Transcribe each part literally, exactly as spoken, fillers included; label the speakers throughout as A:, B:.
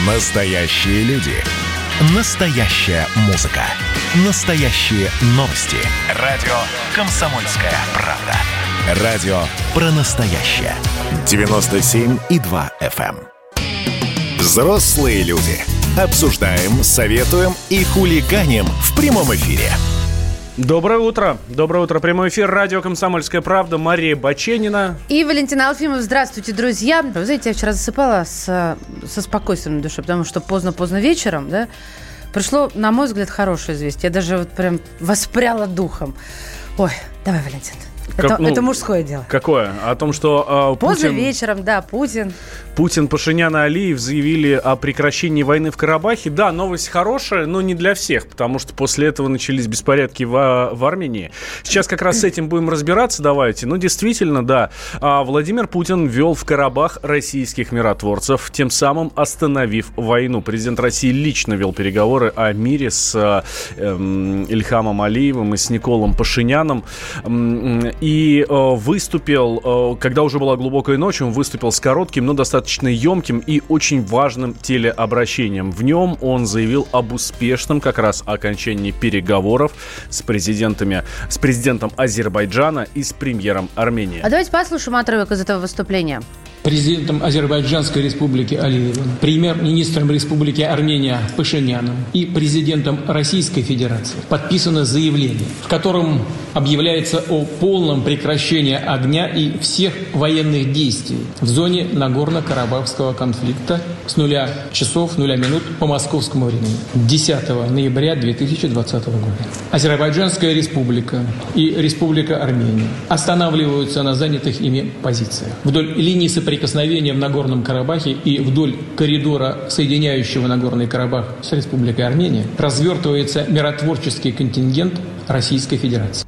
A: Настоящие люди. Настоящая музыка. Настоящие новости. Радио «Комсомольская правда». Радио про настоящее. девяносто семь и два эф эм. Взрослые люди. Обсуждаем, советуем и хулиганим в прямом эфире.
B: Доброе утро. Доброе утро. Прямой эфир. Радио «Комсомольская правда». Мария Баченина.
C: И Валентина Алфимов. Здравствуйте, друзья. Вы знаете, я вчера засыпала с, со спокойствием на душе, потому что поздно-поздно вечером, да, пришло, на мой взгляд, хорошее известие. Я даже вот прям воспряла духом. Ой, давай, Валентин.
B: Как,
C: это,
B: ну,
C: это мужское дело.
B: Какое? О том, что э,
C: Поздно
B: Путин,
C: вечером, да, Путин.
B: Путин, Пашинян и Алиев заявили о прекращении войны в Карабахе. Да, новость хорошая, но не для всех, потому что после этого начались беспорядки в, в Армении. Сейчас как раз с этим будем разбираться, давайте. Ну, действительно, да. Владимир Путин ввел в Карабах российских миротворцев, тем самым остановив войну. Президент России лично вел переговоры о мире с э, Ильхамом Алиевым и с Николом Пашиняном. И э, выступил, э, когда уже была глубокая ночь, он выступил с коротким, но достаточно емким и очень важным телеобращением. В нем он заявил об успешном как раз окончании переговоров с президентами, с президентом Азербайджана и с премьером Армении.
C: А давайте послушаем отрывок из этого выступления.
D: Президентом Азербайджанской республики Алиевым, премьер-министром Республики Армения Пашиняном и президентом Российской Федерации подписано заявление, в котором объявляется о полном прекращении огня и всех военных действий в зоне Нагорно-Карабахского конфликта с нуля часов нуля минут по московскому времени десятого ноября две тысячи двадцатого года. Азербайджанская республика и Республика Армения останавливаются на занятых ими позициях. Вдоль линии соприкосновения Прикосновения в Нагорном Карабахе и вдоль коридора, соединяющего Нагорный Карабах с Республикой Армения, развертывается миротворческий контингент Российской Федерации.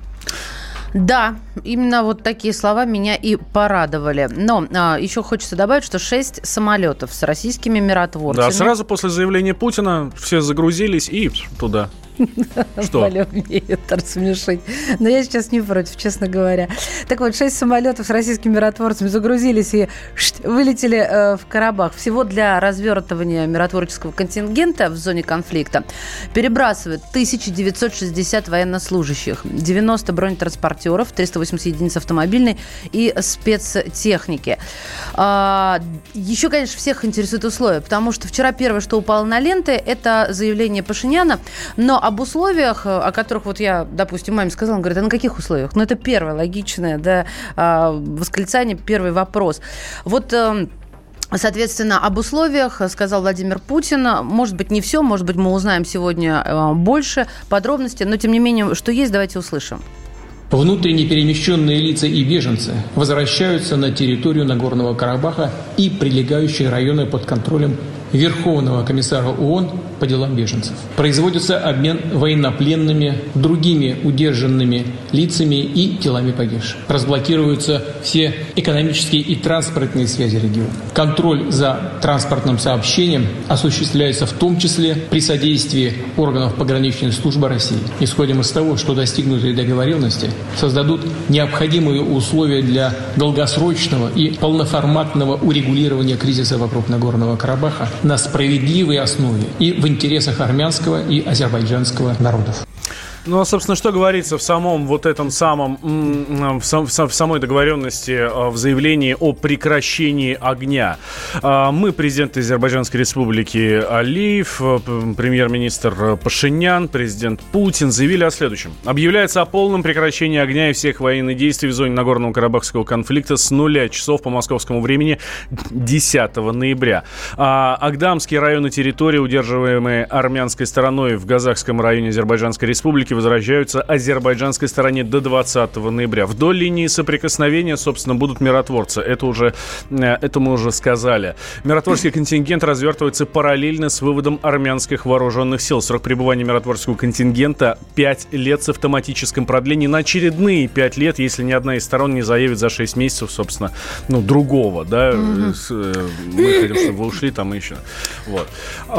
C: Да, именно вот такие слова меня и порадовали. Но а, еще хочется добавить, что шесть самолетов с российскими миротворцами.
B: Да, сразу после заявления Путина все загрузились и туда. Что?
C: Валя умеет рассмешить. Но я сейчас не против, честно говоря. Так вот, шесть самолетов с российскими миротворцами загрузились и вылетели э, в Карабах. Всего для развертывания миротворческого контингента в зоне конфликта перебрасывают тысяча девятьсот шестьдесят военнослужащих, девяносто бронетранспортеров, триста восемьдесят единиц автомобильной и спецтехники. А, еще, конечно, всех интересуют условия, потому что вчера первое, что упало на ленты, это заявление Пашиняна, но об условиях, о которых вот я, допустим, маме сказала, он говорит, а на каких условиях? Ну, это первое логичное, да, восклицание, первый вопрос. Вот... Соответственно, об условиях сказал Владимир Путин. Может быть, не все, может быть, мы узнаем сегодня больше подробностей, но, тем не менее, что есть, давайте услышим.
D: Внутренне перемещенные лица и беженцы возвращаются на территорию Нагорного Карабаха и прилегающие районы под контролем Верховного комиссара ООН по делам беженцев. Производится обмен военнопленными, другими удержанными лицами и телами погибших. Разблокируются все экономические и транспортные связи региона. Контроль за транспортным сообщением осуществляется в том числе при содействии органов пограничной службы России. Исходим из того, что достигнутые договоренности создадут необходимые условия для долгосрочного и полноформатного урегулирования кризиса вокруг Нагорного Карабаха на справедливой основе и в интересах армянского и азербайджанского народов.
B: Ну, а, собственно, что говорится в самом вот этом самом, в, сам, в самой договоренности, в заявлении о прекращении огня. Мы, президент Азербайджанской республики Алиев, премьер-министр Пашинян, президент Путин заявили о следующем. Объявляется о полном прекращении огня и всех военных действий в зоне Нагорного Карабахского конфликта с нуля часов по московскому времени десятого ноября. Агдамские районы территории, удерживаемые армянской стороной в Газахском районе Азербайджанской республики, возвращаются азербайджанской стороне до двадцатого ноября. Вдоль линии соприкосновения, собственно, будут миротворцы. Это уже, это мы уже сказали. Миротворческий контингент развертывается параллельно с выводом армянских вооруженных сил. Срок пребывания миротворческого контингента пять лет с автоматическим продлением на очередные пять лет, если ни одна из сторон не заявит за шесть месяцев, собственно, ну, другого, да. Mm-hmm. Мы хотим, чтобы вы ушли там еще. Вот.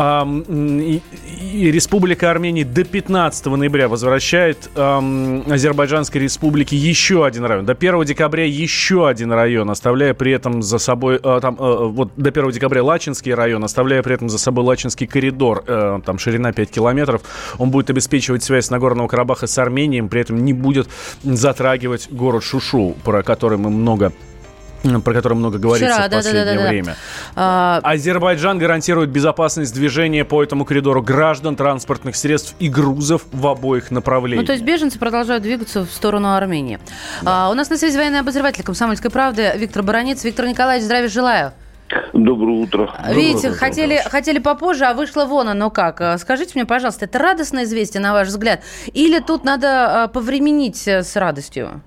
B: И, и Республика Армения до пятнадцатого ноября возвращает эм, Азербайджанской Республике еще один район. До первого декабря еще один район, оставляя при этом за собой... Э, там, э, вот до первого декабря Лачинский район, оставляя при этом за собой Лачинский коридор. Э, там ширина пять километров. Он будет обеспечивать связь с Нагорного Карабаха с Арменией, при этом не будет затрагивать город Шушу, про который мы много... про который много говорится Вчера, в последнее да, да, да, время. Да. Азербайджан гарантирует безопасность движения по этому коридору граждан, транспортных средств и грузов в обоих направлениях.
C: Ну, то есть беженцы продолжают двигаться в сторону Армении. Да. А, у нас на связи военный обозреватель «Комсомольской правды» Виктор Баранец. Виктор Николаевич, здравия желаю.
E: Доброе утро.
C: Видите,
E: Доброе
C: хотели,
E: утро.
C: хотели попозже, а вышло вон оно как. Скажите мне, пожалуйста, это радостное известие, на ваш взгляд? Или тут надо повременить с радостью?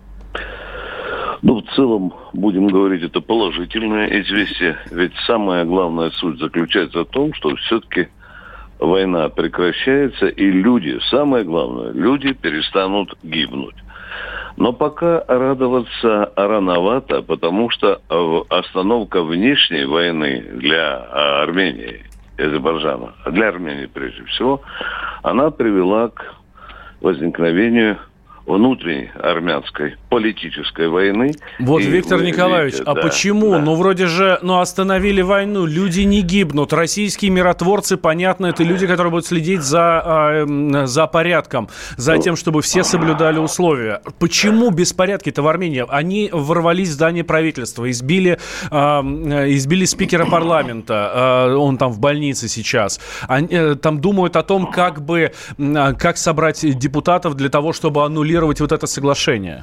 E: Ну, в целом, будем говорить, это положительное известие. Ведь самая главная суть заключается в том, что все-таки война прекращается, и люди, самое главное, люди перестанут гибнуть. Но пока радоваться рановато, потому что остановка внешней войны для Армении и Азербайджана, для Армении прежде всего, она привела к возникновению внутренней армянской политической войны.
B: Вот, и, Виктор Николаевич, видите, а да, почему? Да. Ну, вроде же, ну, остановили войну, люди не гибнут. Российские миротворцы, понятно, это люди, которые будут следить за, э, за порядком, за тем, чтобы все соблюдали условия. Почему беспорядки-то в Армении? Они ворвались в здание правительства, избили, э, избили спикера парламента, э, он там в больнице сейчас. Они, э, там думают о том, как бы, э, как собрать депутатов для того, чтобы аннулировать вот это соглашение.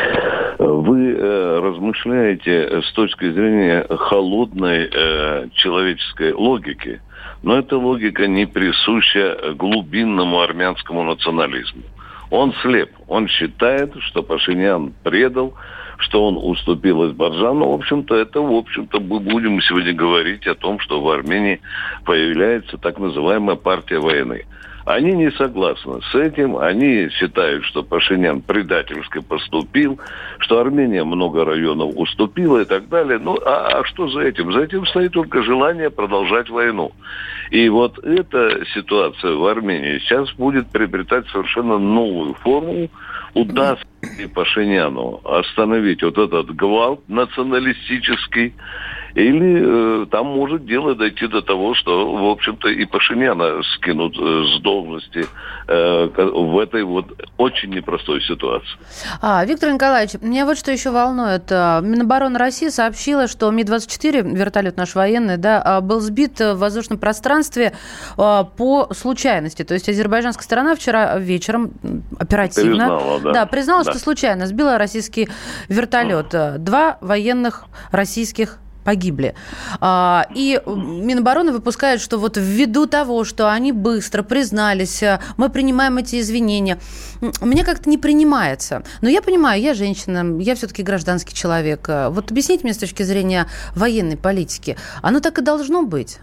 E: Вы э, размышляете с точки зрения холодной э, человеческой логики, но эта логика не присуща глубинному армянскому национализму. Он слеп, он считает, что Пашинян предал, что он уступил Азербайджану. В общем-то, это, в общем-то, мы будем сегодня говорить о том, что в Армении появляется так называемая партия войны. Они не согласны с этим, они считают, что Пашинян предательски поступил, что Армения много районов уступила и так далее. Ну, а, а что за этим? За этим стоит только желание продолжать войну. И вот эта ситуация в Армении сейчас будет приобретать совершенно новую форму. Удастся ли Пашиняну остановить вот этот гвалт националистический, или э, там может дело дойти до того, что, в общем-то, и Пашиняна скинут э, с должности э, в этой вот очень непростой ситуации.
C: А, Виктор Николаевич, меня вот что еще волнует. Минобороны России сообщила, что Ми двадцать четыре, вертолет наш военный, да, был сбит в воздушном пространстве по случайности. То есть азербайджанская сторона вчера вечером оперативно признала, да. Да, признала, да. что случайно сбила российский вертолет. Два военных российских погибли. И Минобороны выпускает, что вот ввиду того, что они быстро признались, мы принимаем эти извинения. Мне как-то не принимается. Но я понимаю, я женщина, я все-таки гражданский человек. Вот объясните мне с точки зрения военной политики, оно так и должно быть?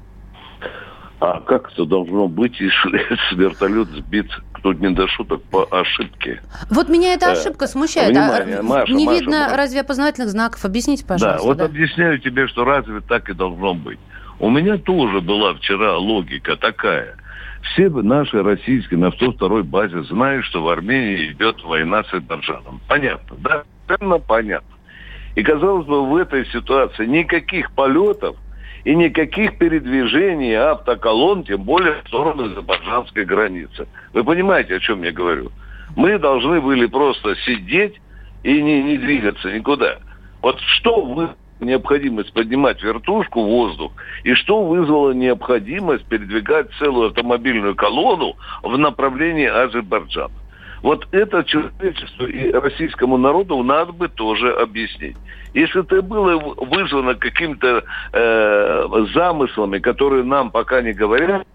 E: А как это должно быть, если вертолет сбит, тут не до шуток, по ошибке?
C: Вот меня эта ошибка смущает.
E: Внимание,
C: а
E: Маша,
C: не
E: Маша,
C: видно
E: Маша.
C: разве опознавательных знаков? Объясните, пожалуйста.
E: Да, вот
C: да.
E: объясняю тебе, что разве так и должно быть. У меня тоже была вчера логика такая. Все наши российские на сто второй базе знают, что в Армении идет война с Азербайджаном. Понятно, да? Совершенно понятно. И, казалось бы, в этой ситуации никаких полетов и никаких передвижений автоколонн, тем более в сторону азербайджанской границы. Вы понимаете, о чем я говорю? Мы должны были просто сидеть и не, не двигаться никуда. Вот что вызвало необходимость поднимать вертушку в воздух, и что вызвало необходимость передвигать целую автомобильную колонну в направлении Азербайджана? Вот это человечеству и российскому народу надо бы тоже объяснить. Если это было вызвано какими-то э, замыслами, которые нам пока не говорят,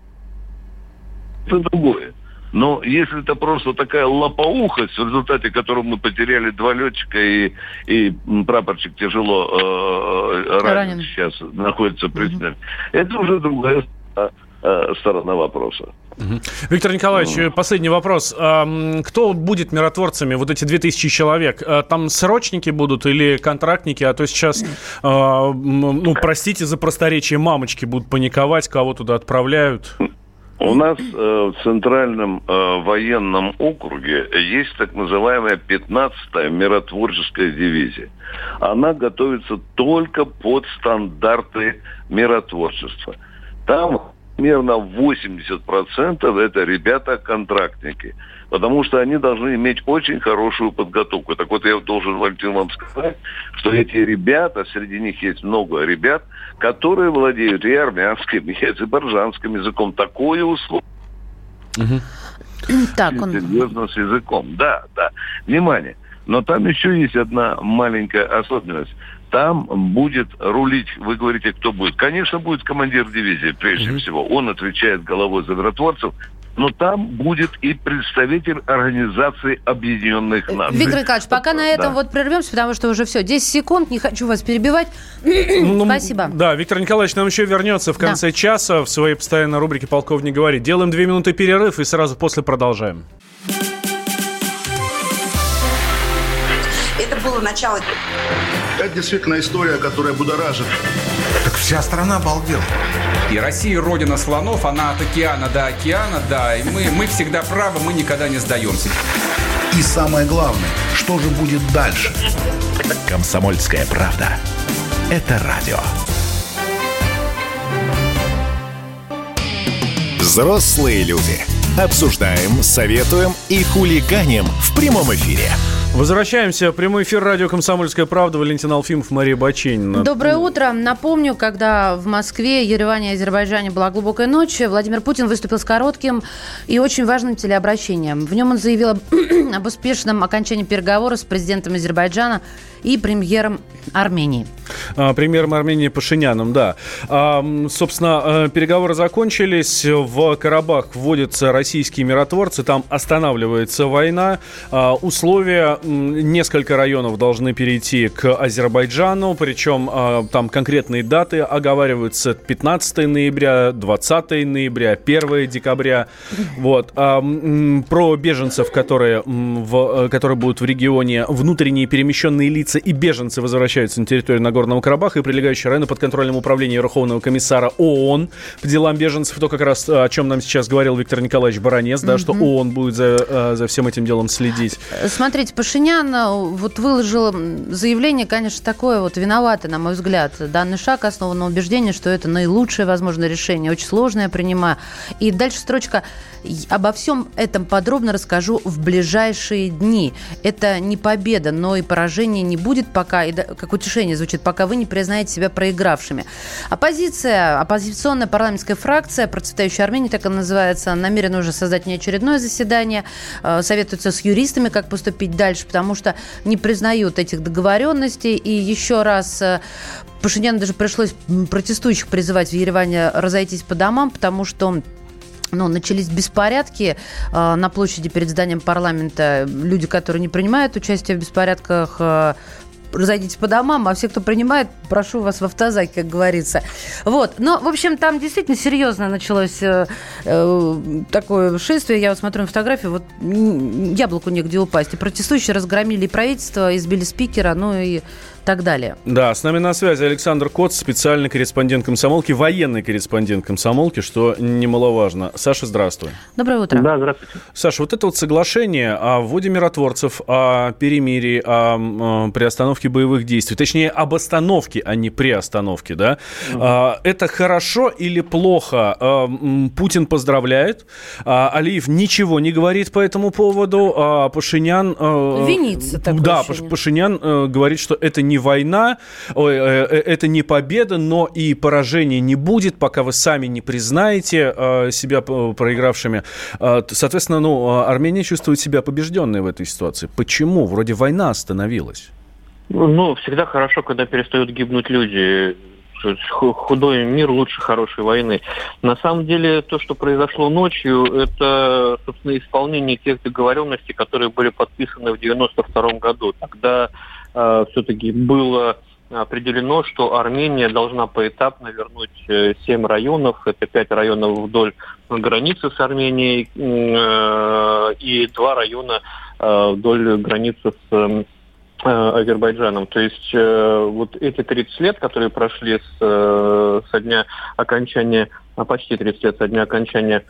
E: это другое. Но если это просто такая лопоухость, в результате которой мы потеряли два летчика и, и прапорщик тяжело э, ранен, сейчас находится при смерти, mm-hmm. это уже другая. э, сторона вопроса.
B: Угу. Виктор Николаевич, ну. последний вопрос. Кто будет миротворцами, вот эти две тысячи человек? Там срочники будут или контрактники? А то сейчас, ну, простите за просторечие, мамочки будут паниковать, кого туда отправляют.
E: У нас э, в Центральном э, военном округе есть так называемая пятнадцатая миротворческая дивизия. Она готовится только под стандарты миротворчества. Там примерно восемьдесят процентов это ребята-контрактники, потому что они должны иметь очень хорошую подготовку. Так вот, я должен, Валентин, вам сказать, что эти ребята, среди них есть много ребят, которые владеют и армянским, и азербайджанским языком. Такое условие.
C: Угу. Так, он...
E: Серьезно с языком. Да, да. Внимание. Но там еще есть одна маленькая особенность. Там будет рулить, вы говорите, кто будет. Конечно, будет командир дивизии, прежде mm-hmm. всего. Он отвечает головой за миротворцев. Но там будет и представитель Организации Объединенных Наций.
C: Виктор Николаевич, пока на этом да. вот прервемся, потому что уже все, десять секунд, не хочу вас перебивать. Ну, спасибо.
B: Да, Виктор Николаевич нам еще вернется в конце да. часа в своей постоянной рубрике «Полковник говорит». Делаем две минуты перерыв и сразу после продолжаем.
F: Это было начало.
G: Это действительно история, которая будоражит.
H: Так вся страна обалдела.
I: И Россия родина слонов, она от океана до океана, да, и мы, мы всегда правы, мы никогда не сдаемся.
H: И самое главное, что же будет дальше?
A: «Комсомольская правда». Это радио. Взрослые люди. Обсуждаем, советуем и хулиганим в прямом эфире.
B: Возвращаемся. Прямой эфир радио «Комсомольская правда». Валентин Алфимов, Мария Баченина.
C: Доброе утро. Напомню, когда в Москве, Ереване и Азербайджане была глубокая ночь, Владимир Путин выступил с коротким и очень важным телеобращением. В нем он заявил об успешном окончании переговоров с президентом Азербайджана и премьером Армении.
B: А, премьером Армении Пашиняном, да. А, собственно, переговоры закончились. В Карабах вводятся российские миротворцы. Там останавливается война. А, условия: несколько районов должны перейти к Азербайджану. Причем а, там конкретные даты оговариваются: пятнадцатого ноября, двадцатого ноября, первого декабря. Вот. А, про беженцев, которые, в, которые будут в регионе, внутренние перемещенные лица и беженцы возвращаются на территорию Нагорного Карабаха и прилегающие районы под контролем управления Верховного комиссара ООН по делам беженцев. То, как раз о чем нам сейчас говорил Виктор Николаевич Баранец, mm-hmm. да, что ООН будет за, за всем этим делом следить.
C: Смотрите, Пашинян вот выложил заявление, конечно, такое вот виноватое, на мой взгляд. Данный шаг основан на убеждении, что это наилучшее возможное решение. Очень сложное, я принимаю. И дальше строчка: обо всем этом подробно расскажу в ближайшие дни. Это не победа, но и поражение не будет пока, и как утешение звучит, пока вы не признаете себя проигравшими. Оппозиция, оппозиционная парламентская фракция «Процветающая Армения», так она называется, намерена уже создать неочередное заседание, советуются с юристами, как поступить дальше, потому что не признают этих договоренностей. И еще раз Пашиняну даже пришлось протестующих призывать в Ереване разойтись по домам, потому что Ну, начались беспорядки э, на площади перед зданием парламента. Люди, которые не принимают участие в беспорядках, э, разойдитесь по домам, а все, кто принимает, прошу вас в автозаке, как говорится. Вот. Но, в общем, там действительно серьезно началось э, э, такое шествие. Я вот смотрю на фотографию, вот яблоку негде упасть. И протестующие разгромили правительство, избили спикера, ну и так далее.
B: Да, с нами на связи Александр Коц, специальный корреспондент «Комсомолки», военный корреспондент «Комсомолки», что немаловажно. Саша, здравствуй.
C: Доброе утро.
J: Да, здравствуйте.
B: Саша, вот это вот соглашение о вводе миротворцев, о перемирии, о, о приостановке боевых действий, точнее, об остановке, а не приостановке, да? Угу. А, это хорошо или плохо? А, Путин поздравляет, а Алиев ничего не говорит по этому поводу, а Пашинян... А,
C: Винится такое
B: Да,
C: ощущение.
B: Пашинян а, говорит, что это не война, ой, это не победа, но и поражения не будет, пока вы сами не признаете э, себя проигравшими. Э, соответственно, ну, Армения чувствует себя побежденной в этой ситуации. Почему? Вроде война остановилась.
J: Ну, всегда хорошо, когда перестают гибнуть люди. Худой мир лучше хорошей войны. На самом деле, то, что произошло ночью, это, собственно, исполнение тех договоренностей, которые были подписаны в девяносто втором году. Тогда э, все-таки было определено, что Армения должна поэтапно вернуть семь районов. Это пять районов вдоль границы с Арменией и два района вдоль границы с Азербайджаном. То есть вот эти тридцать лет, которые прошли с, со дня окончания, почти тридцать лет со дня окончания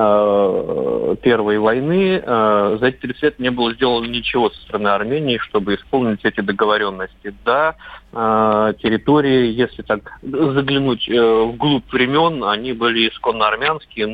J: Первой войны, за эти тридцать лет не было сделано ничего со стороны Армении, чтобы исполнить эти договоренности. Да, территории, если так заглянуть вглубь времен, они были исконно армянские,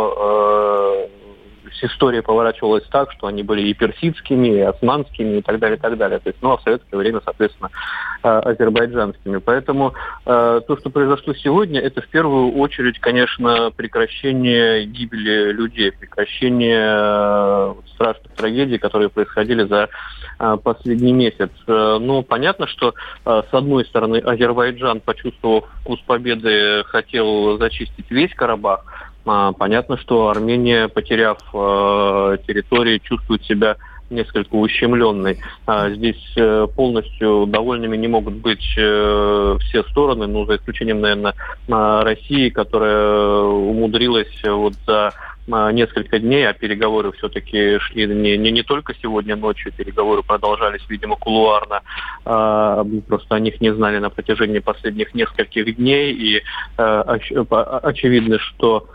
J: но история поворачивалась так, что они были и персидскими, и османскими, и так далее, и так далее. То есть, ну, а в советское время, соответственно, азербайджанскими. Поэтому э, то, что произошло сегодня, это в первую очередь, конечно, прекращение гибели людей, прекращение э, страшных трагедий, которые происходили за э, последний месяц. Э, но понятно, что э, с одной стороны Азербайджан, почувствовав вкус победы, хотел зачистить весь Карабах. Понятно, что Армения, потеряв э, территории, чувствует себя несколько ущемленной. А здесь э, полностью довольными не могут быть э, все стороны, ну, за исключением, наверное, России, которая умудрилась вот за несколько дней, а переговоры все-таки шли не, не, не только сегодня ночью, переговоры продолжались, видимо, кулуарно, а, просто о них не знали на протяжении последних нескольких дней, и а, оч, очевидно, что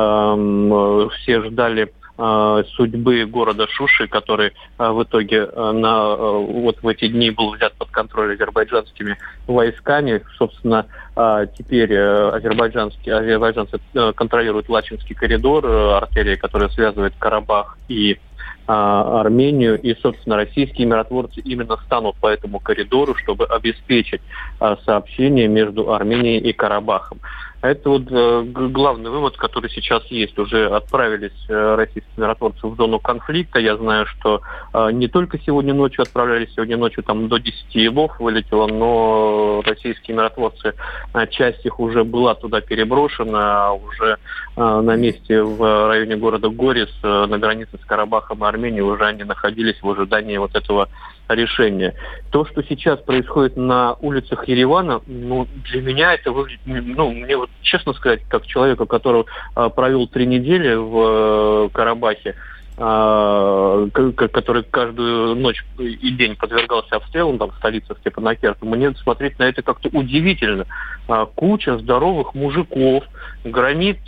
J: все ждали судьбы города Шуши, который в итоге на, вот в эти дни был взят под контроль азербайджанскими войсками. Собственно, теперь азербайджанские, азербайджанцы контролируют Лачинский коридор, артерия, которая связывает Карабах и Армению, и, собственно, российские миротворцы именно станут по этому коридору, чтобы обеспечить сообщение между Арменией и Карабахом. Это вот э, главный вывод, который сейчас есть. Уже отправились э, российские миротворцы в зону конфликта. Я знаю, что э, не только сегодня ночью отправлялись, сегодня ночью там до десяти ебов вылетело, но российские миротворцы, э, часть их уже была туда переброшена, а уже э, на месте в районе города Горис, э, на границе с Карабахом и Арменией, уже они находились в ожидании вот этого решения. То, что сейчас происходит на улицах Еревана, ну, для меня это выглядит, ну, мне вот честно сказать, как человека, который а, провел три недели в а, Карабахе, а, к- который каждую ночь и день подвергался обстрелам, там, столица Степанакерт, мне смотреть на это как-то удивительно. А, куча здоровых мужиков громит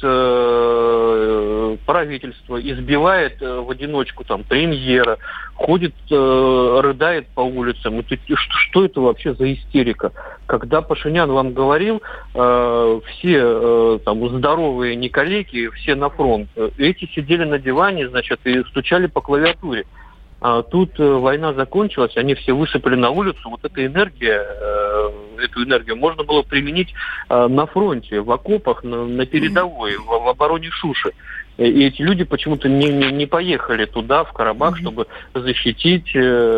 J: э, правительство, избивает э, в одиночку там премьера, ходит, э, рыдает по улицам. Это, что, что это вообще за истерика? Когда Пашинян вам говорил, э, все э, там здоровые некалеки, все на фронт, эти сидели на диване, значит, и стучали по клавиатуре. А тут э, война закончилась, они все высыпали на улицу. Вот эта энергия, э, эту энергию можно было применить э, на фронте, в окопах, на, на передовой, в, в обороне Шуши. И эти люди почему-то не, не, не поехали туда, в Карабах, mm-hmm. чтобы защитить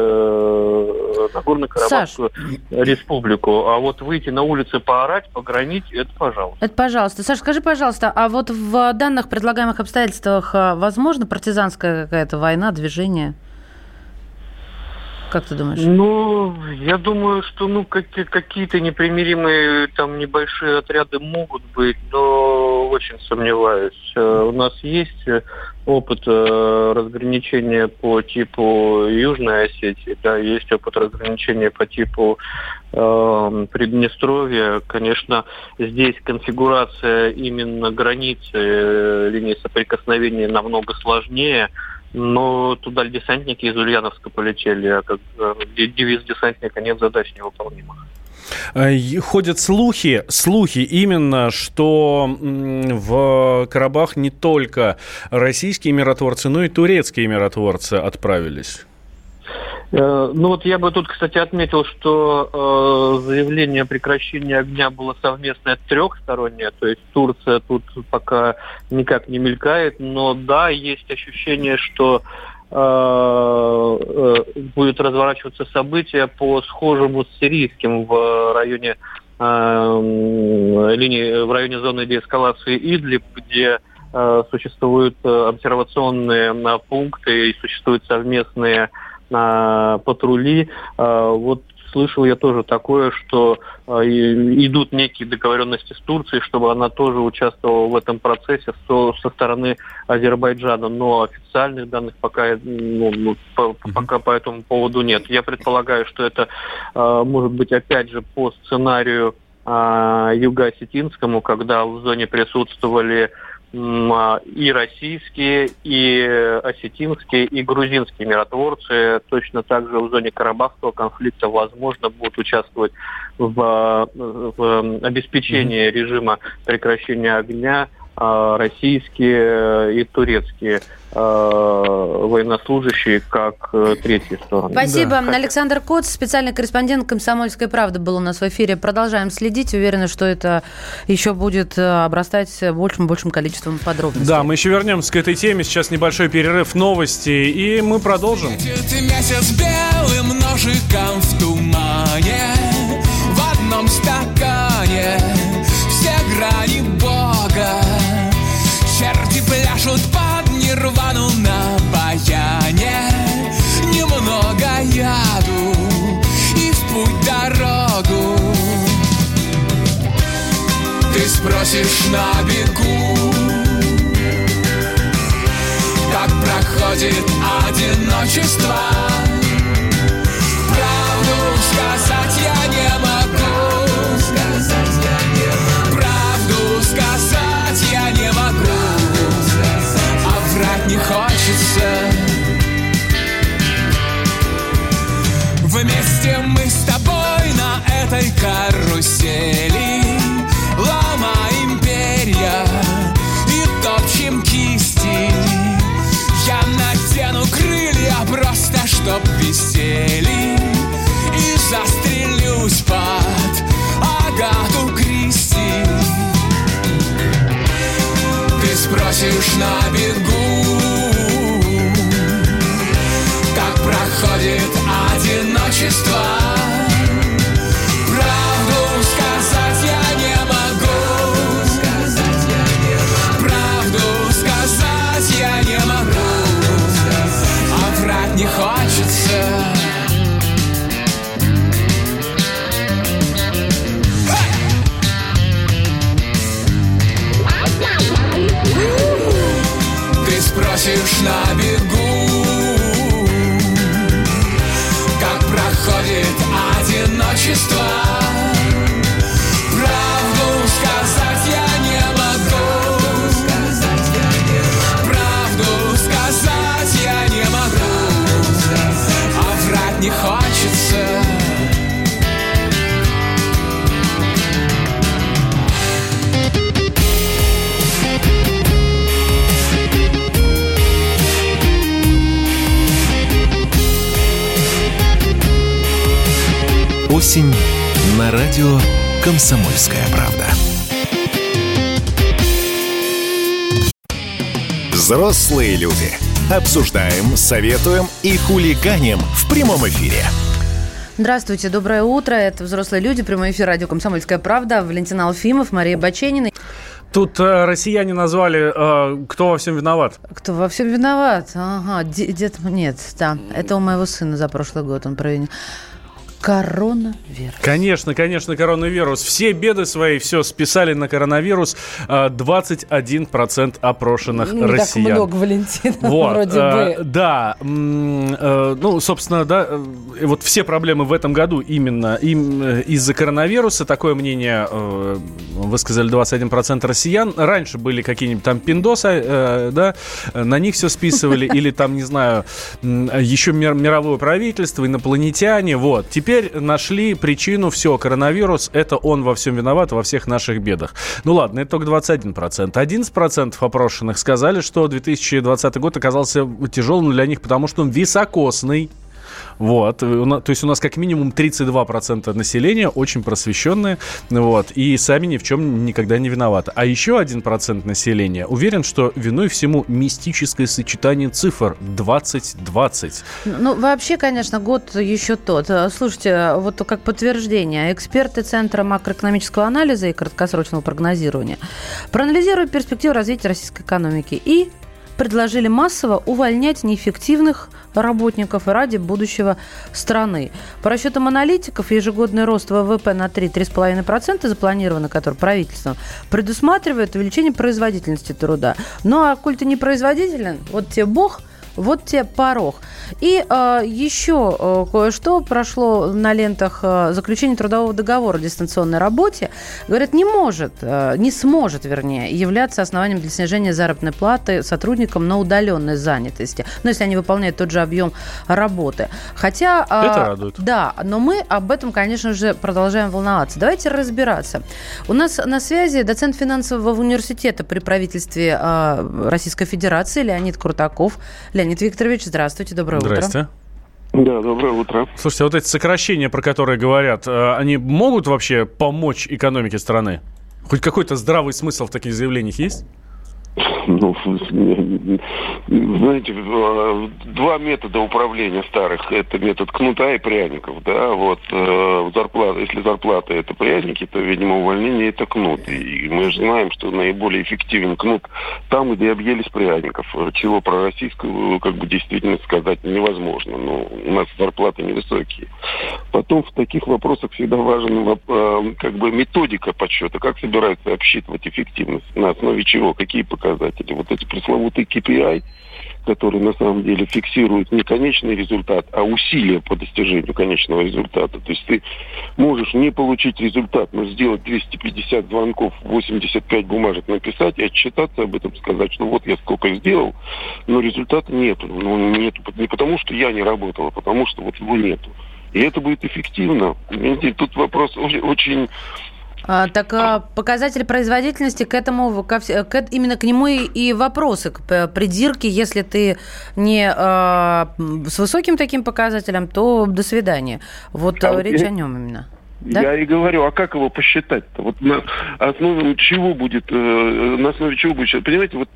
J: э, Нагорно-Карабахскую Саш. республику. А вот выйти на улицы, поорать, погромить, это пожалуйста.
C: Это пожалуйста. Саша, скажи, пожалуйста, а вот в данных предлагаемых обстоятельствах возможно партизанская какая-то война, движение? Как ты думаешь?
J: Ну, я думаю, что ну какие-то непримиримые там небольшие отряды могут быть, но очень сомневаюсь. У нас есть опыт разграничения по типу Южной Осетии, да, есть опыт разграничения по типу э, Приднестровья. Конечно, здесь конфигурация именно границы, э, линии соприкосновения намного сложнее. Но туда десантники из Ульяновска полетели, а как девиз десантника «нет задач невыполнимых».
B: Ходят слухи, слухи именно, что в Карабах не только российские миротворцы, но и турецкие миротворцы отправились.
J: Ну вот я бы тут, кстати, отметил, что э, заявление о прекращении огня было совместное трехстороннее, то есть Турция тут пока никак не мелькает, но да, есть ощущение, что э, э, будет разворачиваться события по схожему с сирийским в районе э, линии, в районе зоны деэскалации Идлиб, где э, существуют обсервационные пункты и существуют совместные на патрули. Вот слышал я тоже такое, что э, идут некие договоренности с Турцией, чтобы она тоже участвовала в этом процессе со, со стороны Азербайджана, но официальных данных пока, ну, по, пока по этому поводу нет. Я предполагаю, что это э, может быть опять же по сценарию э, юго-осетинскому, когда в зоне присутствовали и российские, и осетинские, и грузинские миротворцы. Точно так же в зоне Карабахского конфликта, возможно, будут участвовать в, в обеспечении mm-hmm. режима прекращения огня российские и турецкие военнослужащие как третьи стороны.
C: Спасибо.
J: Да.
C: Александр Коц, специальный корреспондент «Комсомольской правды», был у нас в эфире. Продолжаем следить. Уверена, что это еще будет обрастать большим большим количеством подробностей.
B: Да, мы еще вернемся к этой теме. Сейчас небольшой перерыв, новости, и мы продолжим.
F: Месяц белым ножиком в тумане, в одном стакане все грани Бога. Черти пляшут под нирвану на баяне. Немного яду и в путь дорогу. Ты спросишь на бегу, как проходит одиночество. Правду сказать я не могу. Правду сказать я не могу. А врать не хочется. Вместе мы с тобой на этой карусели ломаем перья и топчем кисти. Я надену крылья просто чтоб висели и застрелюсь под Агату Кристи. Ты спросишь на бегу, как проходит одиночество. Правду сказать я не могу. Правду сказать я не могу. А врать не хочется. Ты спросишь на бегу, как проходит одиночество. Правду сказать я не могу. Правду сказать я не могу. А врать не хочется.
A: Осень на радио «Комсомольская правда». Взрослые люди. Обсуждаем, советуем и хулиганим в прямом эфире.
C: Здравствуйте, доброе утро. Это «Взрослые люди», прямой эфир радио «Комсомольская правда». Валентин Алфимов, Мария Баченина.
B: Тут э, россияне назвали, э, кто во всем виноват.
C: Кто во всем виноват? Ага, дед... Нет, да, это у моего сына за прошлый год он провинил. Коронавирус.
B: Конечно, конечно, коронавирус. Все беды свои все списали на коронавирус. двадцать один процент опрошенных
C: не
B: россиян.
C: Так много, Валентина,
B: вот,
C: вроде
B: э,
C: бы.
B: Да, э, ну, собственно, да, э, вот все проблемы в этом году именно им, э, из-за коронавируса. Такое мнение э, высказали двадцать один процент россиян. Раньше были какие-нибудь там пиндосы, э, да, на них все списывали. Или там, не знаю, еще мировое правительство, инопланетяне. Вот, теперь Теперь нашли причину, все, коронавирус, это он во всем виноват, во всех наших бедах. Ну ладно, это только двадцать один процент. одиннадцать процентов опрошенных сказали, что две тысячи двадцатый год оказался тяжелым для них, потому что он високосный. Вот, то есть у нас как минимум тридцать два процента населения очень просвещенные, вот, и сами ни в чем никогда не виноваты. А еще один процент населения уверен, что виной всему мистическое сочетание цифр двадцать двадцать.
C: Ну, вообще, конечно, год еще тот. Слушайте, вот как подтверждение, эксперты Центра макроэкономического анализа и краткосрочного прогнозирования проанализируют перспективу развития российской экономики и предложили массово увольнять неэффективных работников ради будущего страны. По расчетам аналитиков, ежегодный рост ВВП на три-три с половиной процента, запланированный, который правительством, предусматривает увеличение производительности труда. Ну а коль ты не производителен, вот тебе бог, вот тебе порог. И э, еще э, кое-что прошло на лентах э, заключение трудового договора о дистанционной работе. Говорят, не может, э, не сможет, вернее, являться основанием для снижения заработной платы сотрудникам на удаленной занятости. Ну, если они выполняют тот же объем работы. Хотя... Э,
B: Это радует.
C: Да, но мы об этом, конечно же, продолжаем волноваться. Давайте разбираться. У нас на связи доцент финансового университета при правительстве э, Российской Федерации Леонид Крутаков. Леонид Викторович, здравствуйте, доброе
B: Здрасте.
C: утро.
K: Да, доброе утро.
B: Слушайте, а вот эти сокращения, про которые говорят, они могут вообще помочь экономике страны? Хоть какой-то здравый смысл в таких заявлениях есть?
K: Ну, знаете, два метода управления старых. Это метод кнута и пряников, да, вот зарплата, если зарплата это пряники, то, видимо, увольнение это кнут. И мы же знаем, что наиболее эффективен кнут там, где объелись пряников, чего про российскую, как бы, действительность сказать невозможно. Но у нас зарплаты невысокие. Потом в таких вопросах всегда важен, как бы, методика подсчета, как собираются обсчитывать эффективность, на основе чего, какие показатели. Вот эти пресловутые кей пи ай, которые на самом деле фиксируют не конечный результат, а усилия по достижению конечного результата. То есть ты можешь не получить результат, но сделать двести пятьдесят звонков, восемьдесят пять бумажек написать и отчитаться об этом, сказать, что вот я сколько сделал, но результата нету. Ну, нету не потому, что я не работал, а потому, что вот его нету. И это будет эффективно. Понимаете, тут вопрос очень...
C: А, так а, показатель производительности к этому, ко, к, именно к нему и, и вопросы, к придирке. Если ты не а, с высоким таким показателем, то до свидания. Вот а речь я, о нем именно.
K: Я да? и говорю, а как его посчитать-то? Вот на основе чего будет, на основе чего будет считать? Понимаете, вот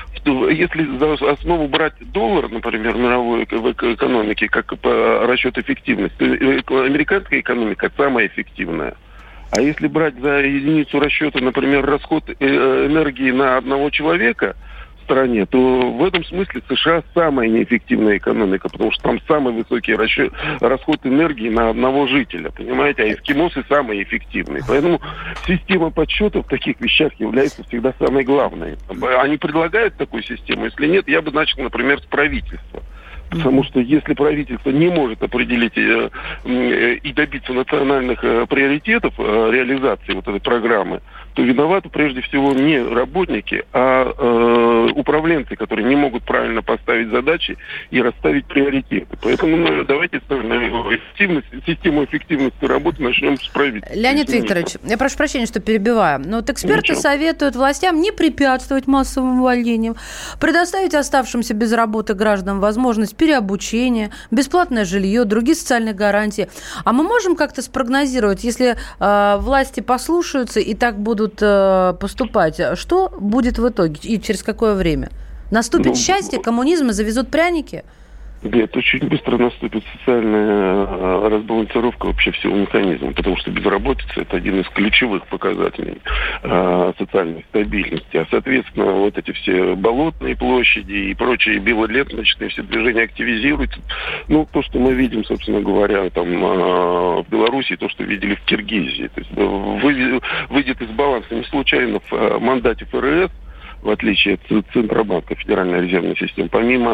K: если за основу брать доллар, например, мировой экономики, как по расчету эффективности, то американская экономика самая эффективная. А если брать за единицу расчета, например, расход энергии на одного человека в стране, то в этом смысле США самая неэффективная экономика, потому что там самый высокий расчет, расход энергии на одного жителя, понимаете, а эскимосы самые эффективные. Поэтому система подсчета в таких вещах является всегда самой главной. Они предлагают такую систему, если нет, я бы начал, например, с правительства. Потому что если правительство не может определить э, э, и добиться национальных э, приоритетов э, реализации вот этой программы, то виноваты прежде всего не работники, а э, управленцы, которые не могут правильно поставить задачи и расставить приоритеты. Поэтому ну, давайте эффективность, систему эффективности работы начнем с правительства.
C: Леонид Викторович, я прошу прощения, что перебиваю, но вот эксперты Ничего. советуют властям не препятствовать массовым увольнениям, предоставить оставшимся без работы гражданам возможность переобучения, бесплатное жилье, другие социальные гарантии. А мы можем как-то спрогнозировать, если э, власти послушаются и так будут э, поступать, что будет в итоге и через какое время? Наступит ну, счастье, коммунизм и завезут пряники?
K: Нет, очень быстро наступит социальная разбалансировка вообще всего механизма, потому что безработица – это один из ключевых показателей э, социальной стабильности. А, соответственно, вот эти все болотные площади и прочие белоленточные все движения активизируются. Ну, то, что мы видим, собственно говоря, там э, в Беларуси, то, что видели в Киргизии. То есть вы, выйдет из баланса не случайно в мандате эф эр эс, в отличие от Центробанка, Федеральной резервной системы, помимо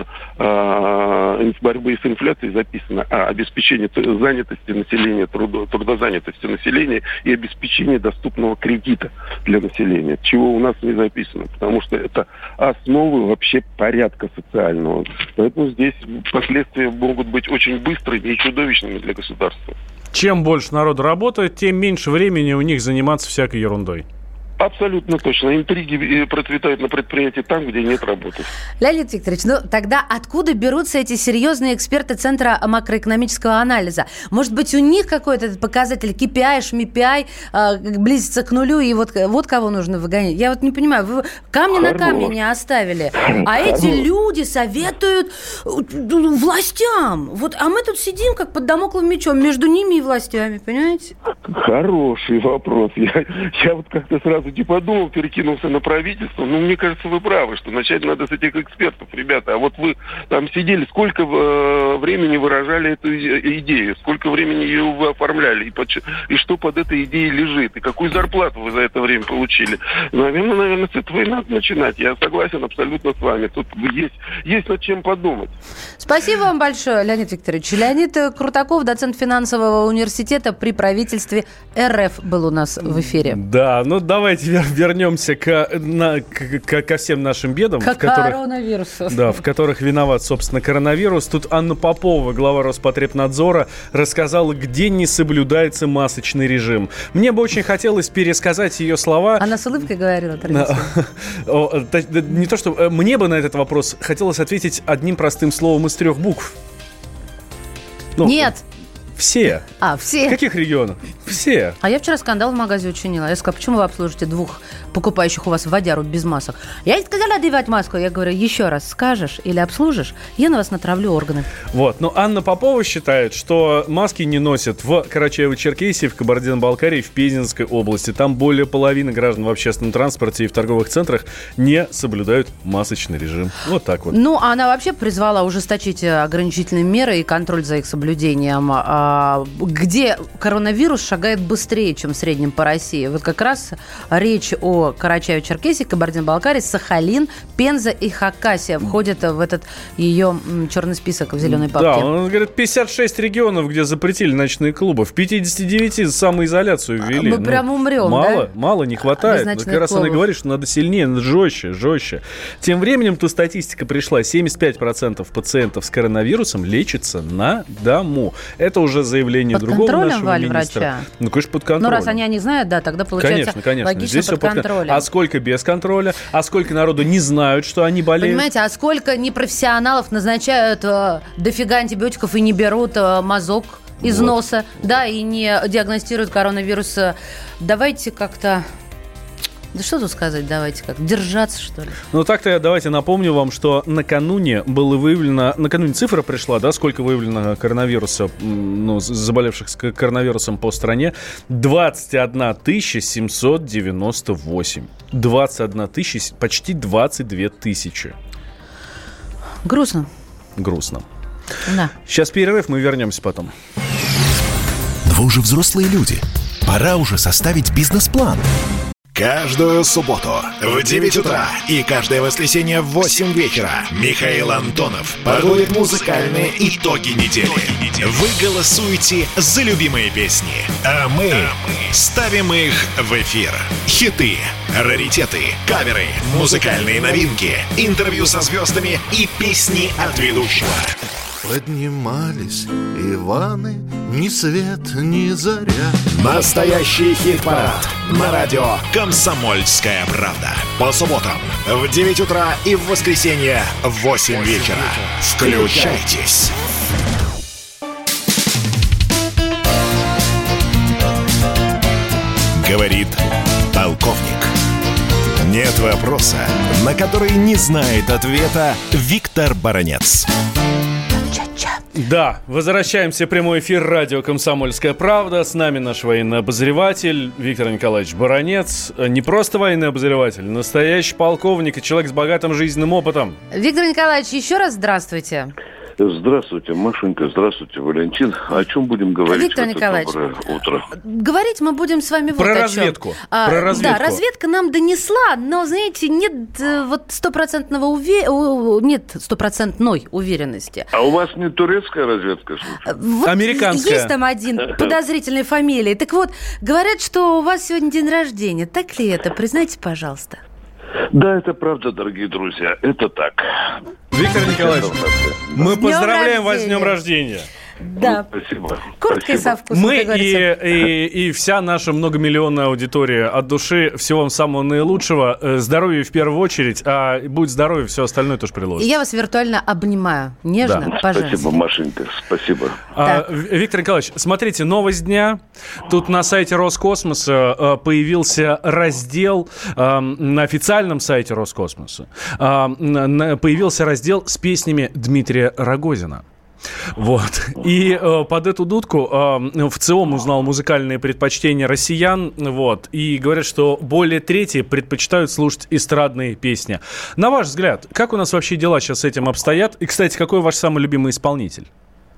K: э, борьбы с инфляцией записано а, обеспечение занятости населения, трудо, трудозанятости населения и обеспечение доступного кредита для населения, чего у нас не записано, потому что это основы вообще порядка социального. Поэтому здесь последствия могут быть очень быстрыми и чудовищными для государства.
B: Чем больше народу работает, тем меньше времени у них заниматься всякой ерундой.
K: Абсолютно точно. Интриги процветают на предприятии там, где нет работы.
C: Леонид Викторович, ну тогда откуда берутся эти серьезные эксперты Центра макроэкономического анализа? Может быть, у них какой-то показатель кей пи ай, эм пи ай э, близится к нулю, и вот, вот кого нужно выгонять? Я вот не понимаю, вы камни Хорош. на камне не оставили, а эти люди советуют властям. Вот, а мы тут сидим, как под дамокловым мечом, между ними и властями, понимаете?
K: Хороший вопрос. Я, я вот как-то сразу тут и подумал, перекинулся на правительство. Ну, мне кажется, вы правы, что начать надо с этих экспертов, ребята. А вот вы там сидели, сколько э, времени выражали эту идею, сколько времени ее вы оформляли, и, под, и что под этой идеей лежит, и какую зарплату вы за это время получили. Наверное, наверное, с этого и надо начинать. Я согласен абсолютно с вами. Тут есть, есть над чем подумать.
C: Спасибо вам большое, Леонид Викторович. Леонид Крутаков, доцент финансового университета при правительстве эр эф, был у нас в эфире.
B: Да, ну давайте вернемся к, на, к, ко всем нашим бедам.
C: К
B: в которых,
C: коронавирусу.
B: Да, в которых виноват, собственно, коронавирус. Тут Анна Попова, глава Роспотребнадзора, рассказала, где не соблюдается масочный режим. Мне бы очень хотелось пересказать ее слова.
C: Она с улыбкой говорила,
B: не то, что... Мне бы на этот вопрос хотелось ответить одним простым словом из трех букв. Ну,
C: Нет.
B: Все.
C: А, все?
B: В каких регионах? Все.
C: А я вчера скандал в магазе учинила. Я сказала, почему вы обслуживаете двух покупающих у вас водяру без масок? Я ей сказала одевать маску. Я говорю, еще раз скажешь или обслужишь, я на вас натравлю органы.
B: Вот. Но Анна Попова считает, что маски не носят в Карачаево-Черкесии, в Кабардино-Балкарии, в Пензенской области. Там более половины граждан в общественном транспорте и в торговых центрах не соблюдают масочный режим. Вот так вот.
C: Ну, она вообще призвала ужесточить ограничительные меры и контроль за их соблюдением. Где коронавирус шагает быстрее, чем в среднем по России. Вот как раз речь о Карачаево-Черкесии, Кабардино-Балкарии, Сахалин, Пенза и Хакасия входят в этот ее черный список в зеленой папке.
B: Да, он говорит, пятьдесят шесть регионов, где запретили ночные клубы. В пятидесяти девяти самоизоляцию ввели.
C: Мы ну, прям умрем,
B: мало,
C: да?
B: Мало, не хватает. Ну, как раз она говорит, что надо сильнее, надо жестче, жестче. Тем временем ту статистика пришла. семьдесят пять процентов пациентов с коронавирусом лечатся на дому. Это уже заявление
C: под
B: другого нашего
C: Валь,
B: министра.
C: Врача?
B: Ну, конечно, под контролем.
C: Ну, раз они не знают, да, тогда получается
B: конечно, конечно.
C: логично.
B: Здесь
C: под контролем.
B: А сколько без контроля? А сколько народу не знают, что они болеют?
C: Понимаете, а сколько непрофессионалов назначают э, дофига антибиотиков и не берут э, мазок из вот. носа, да, и не диагностируют коронавирус. Давайте как-то... Да что тут сказать, давайте как, держаться, что ли?
B: Ну, так-то давайте напомню вам, что накануне было выявлено, накануне цифра пришла, да, сколько выявлено коронавируса, ну, заболевших коронавирусом по стране, двадцать одна тысяча семьсот девяносто восемь. двадцать одна тысяча, почти двадцать две тысячи.
C: Грустно.
B: Грустно.
C: Да.
B: Сейчас перерыв, мы вернемся потом.
A: Вы уже взрослые люди. Пора уже составить бизнес-план. Каждую субботу в девять утра и каждое воскресенье в восемь вечера Михаил Антонов подводит музыкальные итоги недели. Вы голосуете за любимые песни, а мы ставим их в эфир. Хиты, раритеты, каверы, музыкальные новинки, интервью со звездами и песни от ведущего.
H: Поднимались Иваны, ни свет, ни заря.
A: Настоящий хит-парад на радио «Комсомольская правда». По субботам в девять утра и в воскресенье в восемь вечера. Включайтесь. Говорит полковник. Нет вопроса, на который не знает ответа Виктор Баранец.
B: Да, возвращаемся в прямой эфир радио «Комсомольская правда». С нами наш военный обозреватель Виктор Николаевич Баранец. Не просто военный обозреватель, настоящий полковник и человек с богатым жизненным опытом.
C: Виктор Николаевич, еще раз здравствуйте.
E: Здравствуйте, Машенька, здравствуйте, Валентин. О чем будем говорить?
C: Виктор
E: в это
C: Николаевич,
E: доброе утро?
C: Говорить мы будем с вами вот
B: Про
C: о чем.
B: разведку.
C: А,
B: Про разведку.
C: Да, разведка нам донесла, но, знаете, нет вот стопроцентного уве... нет стопроцентной уверенности.
E: А у вас не турецкая разведка,
C: вот
B: американская.
C: Есть там один подозрительной фамилии. Так вот, говорят, что у вас сегодня день рождения. Так ли это? Признайте, пожалуйста.
E: Да, это правда, дорогие друзья, это так.
B: Виктор Николаевич, мы поздравляем вас с днем рождения.
C: Да.
E: Спасибо.
C: Коротко и со вкусом,
B: Мы и, и, и вся наша многомиллионная аудитория от души всего вам самого наилучшего. Здоровья в первую очередь, а будет здоровье, все остальное тоже приложится.
C: Я вас виртуально обнимаю. Нежно,
E: да.
C: пожалуйста.
E: Спасибо, Машенька, спасибо.
B: А, Виктор Николаевич, смотрите, новость дня. Тут на сайте Роскосмоса появился раздел, на официальном сайте Роскосмоса появился раздел с песнями Дмитрия Рогозина. Вот. И э, под эту дудку э, ВЦИОМ узнал музыкальные предпочтения россиян. Вот. И говорят, что более трети предпочитают слушать эстрадные песни. На ваш взгляд, как у нас вообще дела сейчас с этим обстоят? И, кстати, какой ваш самый любимый исполнитель?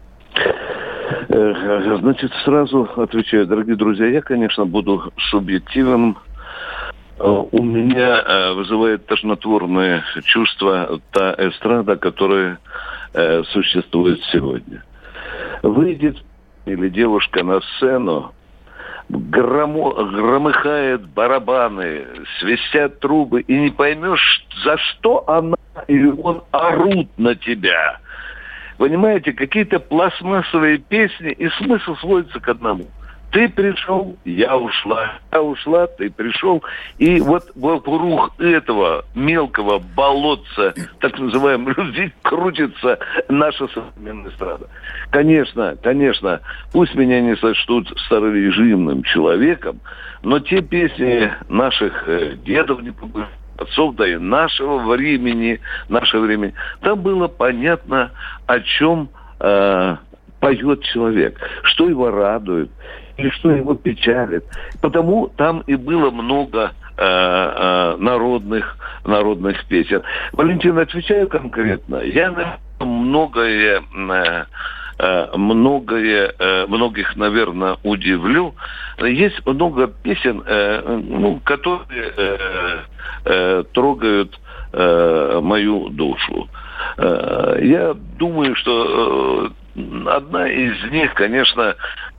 E: Значит, сразу отвечаю, дорогие друзья, я, конечно, буду субъективным. У меня вызывает тошнотворное чувство та эстрада, которая существует сегодня. Выйдет или девушка на сцену, громо, громыхает барабаны, свистят трубы, и не поймешь, за что она или он орут на тебя. Понимаете, какие-то пластмассовые песни, и смысл сводится к одному. Ты пришел, я ушла, я ушла, ты пришел. И вот вокруг этого мелкого болотца, так называемой любви, крутится наша современная эстрада. Конечно, конечно, пусть меня не сочтут старорежимным человеком, но те песни наших дедов, не помню, отцов, да и нашего времени, нашего времени, там было понятно, о чем э, поет человек, что его радует, или что его печалит. Потому там и было много э, э, народных, народных песен. Валентин, отвечаю конкретно. Я, наверное, многое... Э, Многое, многих, наверное, удивлю. Есть много песен, ну, которые трогают мою душу. Я думаю, что одна из них, конечно,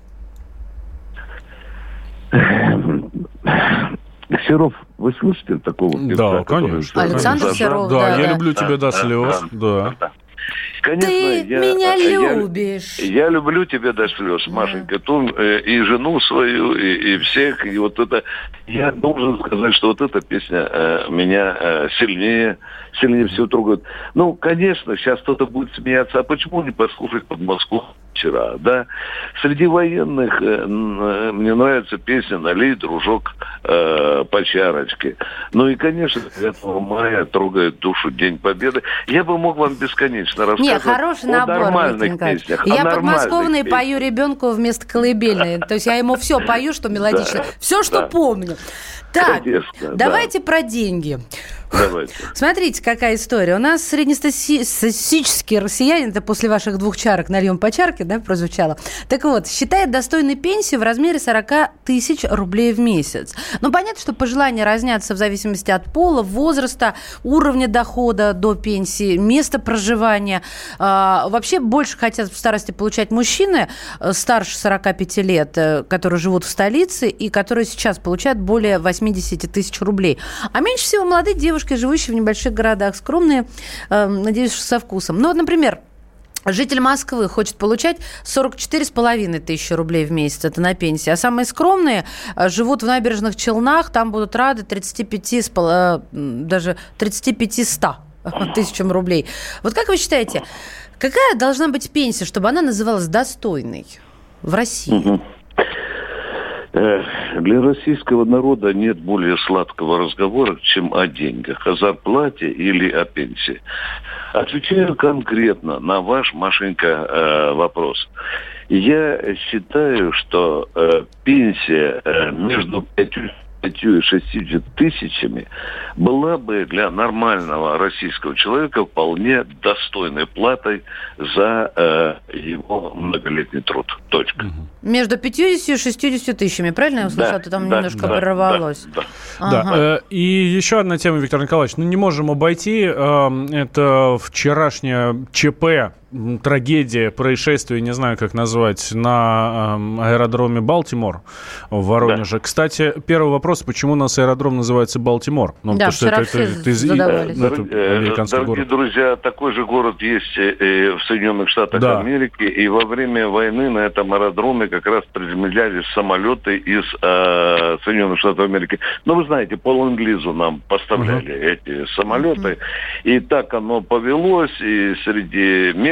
E: Серов, вы слышите такого певца?
B: Да, конечно.
C: Александр
B: да,
C: Серов,
B: да,
C: да.
B: Я
C: да.
B: люблю тебя до слез. Да.
E: да. Конечно,
C: Ты
E: я,
C: меня
E: я,
C: любишь.
E: Я, я люблю тебя до слез, Машенька. Ту, э, и жену свою, и, и всех. И вот это. Я должен сказать, что вот эта песня э, меня э, сильнее, сильнее всего трогает. Ну, конечно, сейчас кто-то будет смеяться. А почему не послушать под Москву вчера, да? Среди военных э, мне нравится песня «Налей, дружок, э, по чарочке». Ну и, конечно, девятого мая трогает душу День Победы. Я бы мог вам бесконечно рассказывать.
C: Не, хороший
E: о
C: набор,
E: нормальных песнях.
C: Я
E: о
C: подмосковной
E: песнях.
C: пою ребенку вместо колыбельной. То есть я ему все пою, что мелодично. Все, что помню. Так,
E: Конечно,
C: давайте про деньги.
E: Давайте.
C: Смотрите, какая история. У нас среднестатистический россиянин, это после ваших двух чарок нальем по чарке, да, прозвучало. Так вот, считает достойной пенсию в размере сорок тысяч рублей в месяц. Но понятно, что пожелания разнятся в зависимости от пола, возраста, уровня дохода до пенсии, места проживания. А, вообще больше хотят в старости получать мужчины старше сорока пяти лет, которые живут в столице и которые сейчас получают более восемьдесят тысяч рублей. А меньше всего молодые девушки, живущие в небольших городах, скромные, э, надеюсь, со вкусом. Ну вот, например, житель Москвы хочет получать сорок четыре с половиной тысячи рублей в месяц, это на пенсии. А самые скромные живут в Набережных Челнах, там будут рады тридцать пять, даже тридцать пять ста тысячам рублей. Вот как вы считаете, какая должна быть пенсия, чтобы она называлась достойной в России?
E: Угу. Для российского народа нет более сладкого разговора, чем о деньгах, о зарплате или о пенсии. Отвечаю конкретно на ваш, Машенька, вопрос. Я считаю, что пенсия между пятью и шестьюдесятью тысячами была бы для нормального российского человека вполне достойной платой за э, его многолетний труд. Точка.
C: Между пятьюдесятью и шестьюдесятью тысячами, правильно я услышала?
E: Да,
C: Ты там
E: да,
C: немножко
E: да,
C: прорвалось.
E: Да, да.
B: Да. Ага. И еще одна тема, Виктор Николаевич. Ну, не можем обойти. Это вчерашнее ЧП, трагедия, происшествие, не знаю, как назвать, на аэродроме Балтимор в Воронеже. Да. Кстати, первый вопрос, почему у нас аэродром называется Балтимор? Ну,
C: да,
B: потому что это, это, это, из,
C: задавались.
B: это американский
E: Дорогие
B: город.
E: друзья, такой же город есть в Соединенных Штатах да. Америки, и во время войны на этом аэродроме как раз приземлялись самолеты из э, Соединенных Штатов Америки. Но вы знаете, по ленд-лизу нам поставляли uh-huh. эти самолеты, uh-huh. и так оно повелось, и среди местных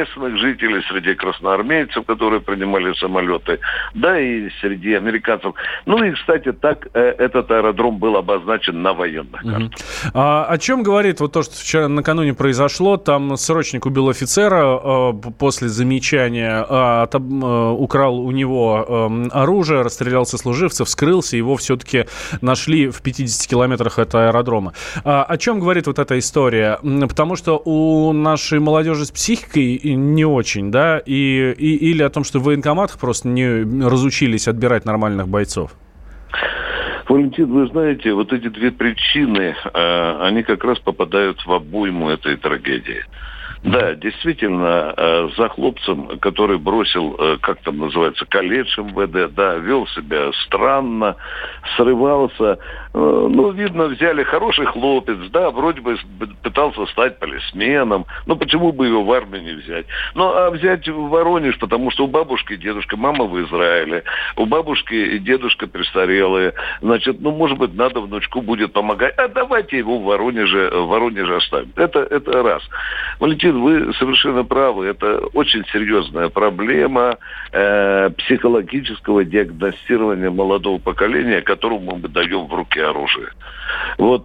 E: местных жителей, среди красноармейцев, которые принимали самолеты, да и среди американцев. Ну и, кстати, так этот аэродром был обозначен на военных картах.
B: Mm-hmm. А о чем говорит вот то, что вчера накануне произошло? Там срочник убил офицера э, после замечания, э, от, э, украл у него э, оружие, расстрелял сослуживцев, скрылся, его все-таки нашли в пятидесяти километрах от аэродрома. А о чем говорит вот эта история? Потому что у нашей молодежи с психикой не очень, да, и, и, или о том, что в военкоматах просто не разучились отбирать нормальных бойцов?
E: Валентин, вы знаете, вот эти две причины, э, они как раз попадают в обойму этой трагедии. Да, действительно, за хлопцем, который бросил, как там называется, колледж эм вэ дэ, да, вел себя странно, срывался. Ну, видно, взяли хороший хлопец, да, вроде бы пытался стать полисменом. Ну, почему бы его в армию не взять? Ну, а взять в Воронеж, потому что у бабушки и дедушка, мама в Израиле, у бабушки и дедушка престарелые. Значит, ну, может быть, надо внучку будет помогать. А давайте его в Воронеже, в Воронеже оставим. Это, это раз. Валентин, вы совершенно правы. Это очень серьезная проблема э, психологического диагностирования молодого поколения, которому мы даем в руки оружие. Вот,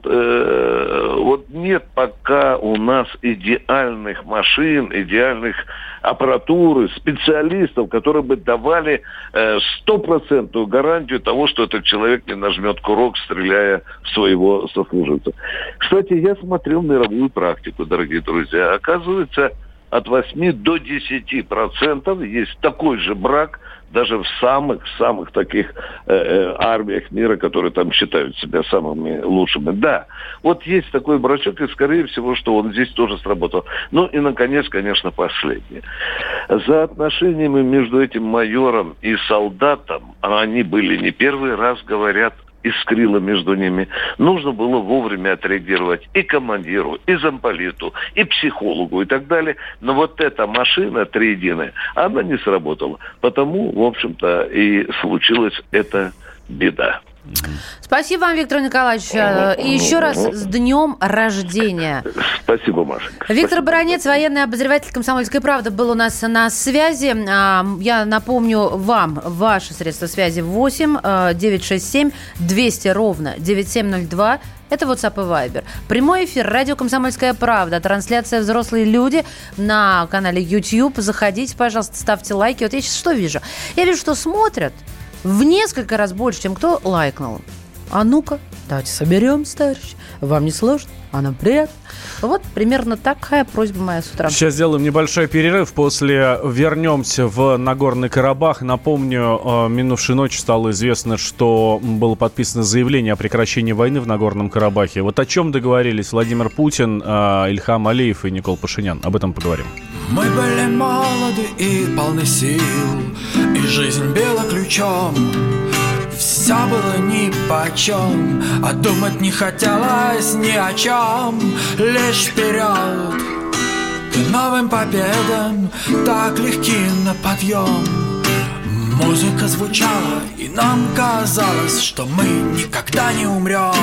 E: э, вот нет пока у нас идеальных машин, идеальных аппаратуры, специалистов, которые бы давали стопроцентную э, гарантию того, что этот человек не нажмет курок, стреляя в своего сослуживца. Кстати, я смотрел мировую практику, дорогие друзья. Оказывается, от восьми до десяти процентов есть такой же брак даже в самых-самых таких э, э, армиях мира, которые там считают себя самыми лучшими. Да, вот есть такой брачок, и, скорее всего, что он здесь тоже сработал. Ну и, наконец, конечно, последнее. За отношениями между этим майором и солдатом, они были не первый раз, говорят, искрило между ними. Нужно было вовремя отреагировать и командиру, и замполиту, и психологу, и так далее. Но вот эта машина триединая, она не сработала. Потому, в общем-то, и случилась эта беда.
C: Спасибо вам, Виктор Николаевич. И еще раз с днем рождения.
E: Спасибо, Машенька.
C: Виктор
E: Спасибо.
C: Баранец, военный обозреватель «Комсомольской правды», был у нас на связи. Я напомню вам ваши средства связи: восемь девятьсот шестьдесят семь двести ровно девяносто семь ноль два. Это WhatsApp и Viber. Прямой эфир радио «Комсомольская правда». Трансляция «Взрослые люди» на канале YouTube. Заходите, пожалуйста, ставьте лайки. Вот я сейчас что вижу? Я вижу, что смотрят в несколько раз больше, чем кто лайкнул. А ну-ка, давайте соберемся, товарищи. Вам не сложно, а нам приятно. Вот примерно такая просьба моя с утра.
B: Сейчас сделаем небольшой перерыв. После вернемся в Нагорный Карабах. Напомню, минувшей ночью стало известно, что было подписано заявление о прекращении войны в Нагорном Карабахе. Вот о чем договорились Владимир Путин, Ильхам Алиев и Никол Пашинян. Об этом поговорим.
F: Мы были молоды и полны сил, и жизнь била ключом. Все было нипочем, а думать не хотелось ни о чем. Лишь вперед к новым победам, так легки на подъем. Музыка звучала, и нам казалось, что мы никогда не умрем.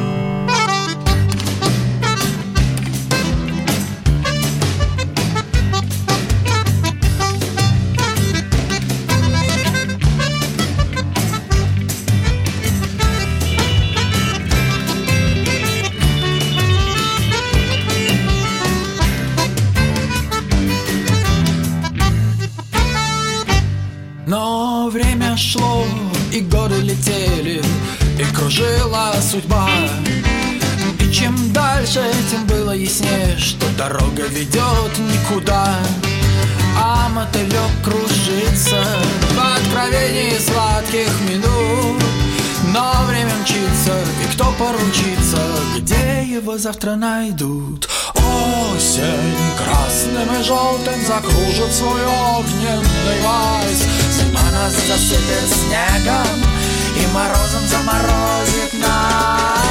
F: Но время шло, и годы летели, и кружила судьба. И чем дальше, тем было яснее, что дорога ведет никуда. А мотылек кружится в откровении сладких минут. Но время мчится, и кто поручится, где его завтра найдут. Осень красным и желтым закружит свой огненный вальс. Зима нас засыпет снегом и морозом заморозит нас.